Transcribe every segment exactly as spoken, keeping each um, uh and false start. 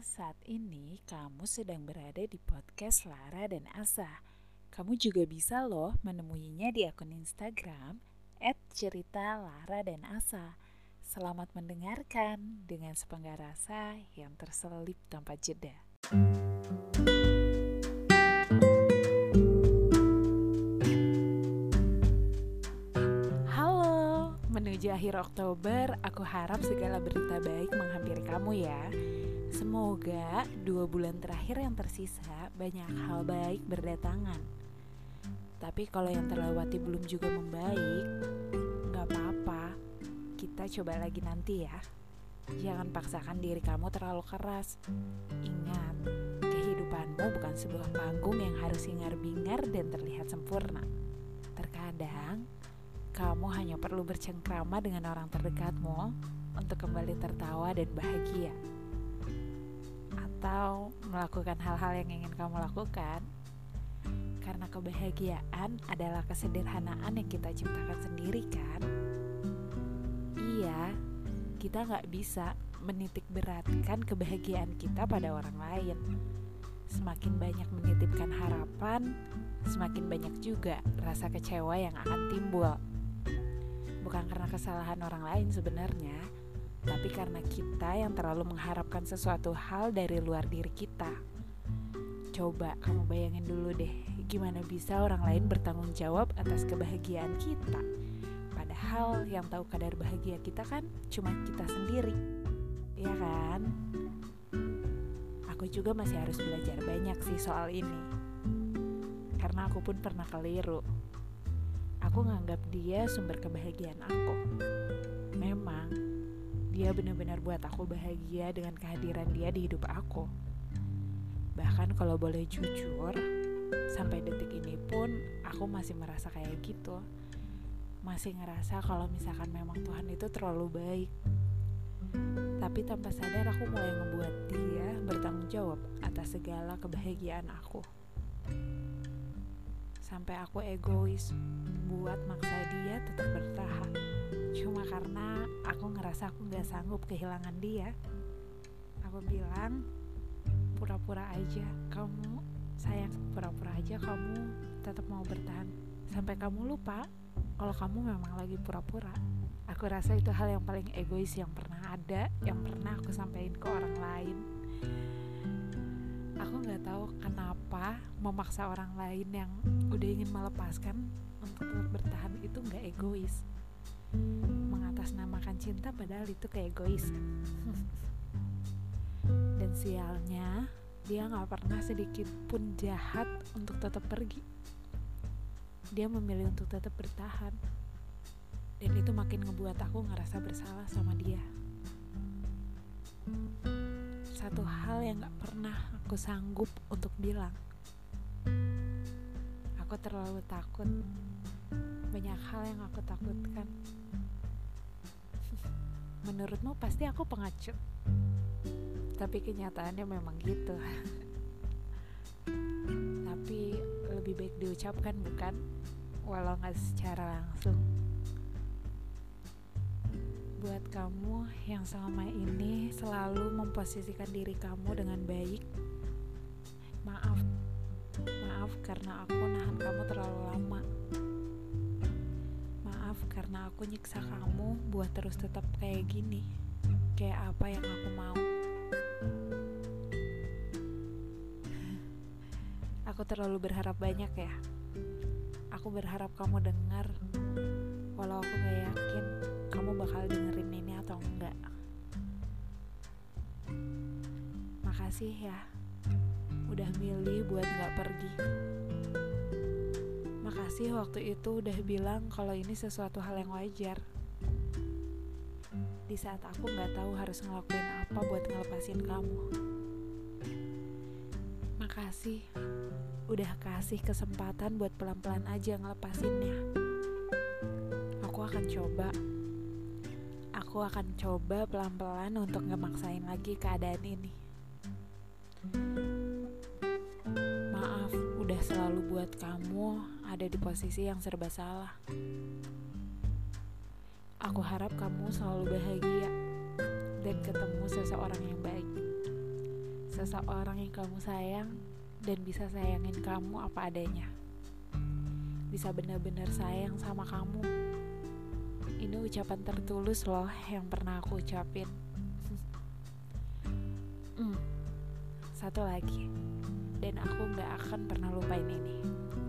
Saat ini kamu sedang berada di podcast Lara dan Asa. Kamu juga bisa loh menemuinya di akun Instagram et cerita lara dan asa. Selamat mendengarkan dengan sepenggal rasa yang terselip tanpa jeda. Halo, menuju akhir Oktober, aku harap segala berita baik menghampiri kamu ya. Semoga dua bulan terakhir yang tersisa banyak hal baik berdatangan. Tapi kalau yang terlewati belum juga membaik, gak apa-apa, kita coba lagi nanti ya. Jangan paksakan diri kamu terlalu keras. Ingat, kehidupanmu bukan sebuah panggung yang harus hingar-bingar dan terlihat sempurna. Terkadang, kamu hanya perlu bercengkrama dengan orang terdekatmu untuk kembali tertawa dan bahagia. Atau melakukan hal-hal yang ingin kamu lakukan. Karena kebahagiaan adalah kesederhanaan yang kita ciptakan sendiri kan. Iya, kita gak bisa menitik beratkan kebahagiaan kita pada orang lain. Semakin banyak menitipkan harapan, semakin banyak juga rasa kecewa yang akan timbul. Bukan karena kesalahan orang lain sebenarnya, tapi karena kita yang terlalu mengharapkan sesuatu hal dari luar diri kita. Coba kamu bayangin dulu deh, gimana bisa orang lain bertanggung jawab atas kebahagiaan kita. Padahal yang tahu kadar bahagia kita kan cuma kita sendiri, ya kan? Aku juga masih harus belajar banyak sih soal ini. Karena aku pun pernah keliru. Aku nganggap dia sumber kebahagiaan aku. Memang dia benar-benar buat aku bahagia dengan kehadiran dia di hidup aku. Bahkan kalau boleh jujur, sampai detik ini pun aku masih merasa kayak gitu. Masih ngerasa kalau misalkan memang Tuhan itu terlalu baik. Tapi tanpa sadar aku mulai ngebuat dia bertanggung jawab atas segala kebahagiaan aku. Sampai aku egois buat maksa dia tetap bertahan. Cuma karena aku ngerasa aku gak sanggup kehilangan dia. Aku bilang, pura-pura aja kamu sayang, pura-pura aja kamu tetap mau bertahan. Sampai kamu lupa kalau kamu memang lagi pura-pura. Aku rasa itu hal yang paling egois yang pernah ada, yang pernah aku sampaikan ke orang lain. Aku gak tahu kenapa memaksa orang lain yang udah ingin melepaskan untuk tetap bertahan itu gak egois. Mengatasnamakan cinta padahal itu keegoisan. Dan sialnya, dia gak pernah sedikit pun jahat untuk tetap pergi. Dia memilih untuk tetap bertahan. Dan itu makin ngebuat aku ngerasa bersalah sama dia. Satu hal yang gak pernah aku sanggup untuk bilang. Aku terlalu takut. Banyak hal yang aku takutkan. Menurutmu pasti aku pengecut. Tapi kenyataannya memang gitu. Tapi lebih baik diucapkan bukan? Walau gak secara langsung. Buat kamu yang selama ini selalu memposisikan diri kamu dengan baik, maaf. Maaf karena aku nahan kamu terlalu lama. Maaf karena aku nyiksa kamu buat terus tetap kayak gini, kayak apa yang aku mau. Aku terlalu berharap banyak ya. Aku berharap kamu dengar, walau aku gak yakin kamu bakal dengerin ini atau enggak. Makasih ya, udah milih buat gak pergi. Makasih waktu itu udah bilang kalau ini sesuatu hal yang wajar. Di saat aku gak tahu harus ngelakuin apa buat ngelepasin kamu. Makasih udah kasih kesempatan buat pelan-pelan aja ngelepasinnya. Aku akan coba. Aku akan coba pelan-pelan untuk gak maksain lagi keadaan ini. Maaf udah selalu buat kamu ada di posisi yang serba salah. Aku harap kamu selalu bahagia dan ketemu seseorang yang baik. seseorang yang kamu sayang dan bisa sayangin kamu apa adanya. Bisa benar-benar sayang sama kamu. Ini ucapan tertulus loh yang pernah aku ucapin. hmm, Satu lagi, dan aku gak akan pernah lupain ini.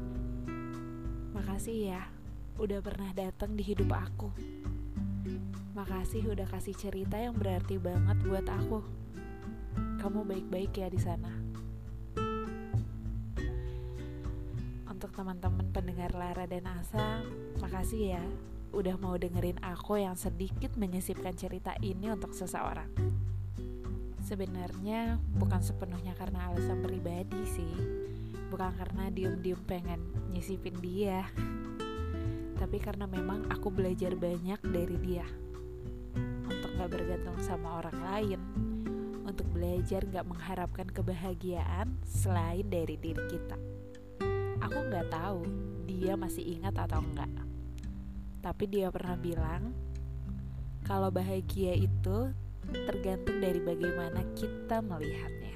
Makasih ya, udah pernah datang di hidup aku. Makasih udah kasih cerita yang berarti banget buat aku. Kamu baik-baik ya di sana. Untuk teman-teman pendengar Lara dan Asa, makasih ya udah mau dengerin aku yang sedikit menyisipkan cerita ini untuk seseorang. Sebenarnya bukan sepenuhnya karena alasan pribadi sih, bukan karena diem-diem pengen nyisipin dia, tapi karena memang aku belajar banyak dari dia. Untuk gak bergantung sama orang lain, untuk belajar gak mengharapkan kebahagiaan selain dari diri kita. Aku gak tahu dia masih ingat atau enggak, tapi dia pernah bilang kalau bahagia itu tergantung dari bagaimana kita melihatnya.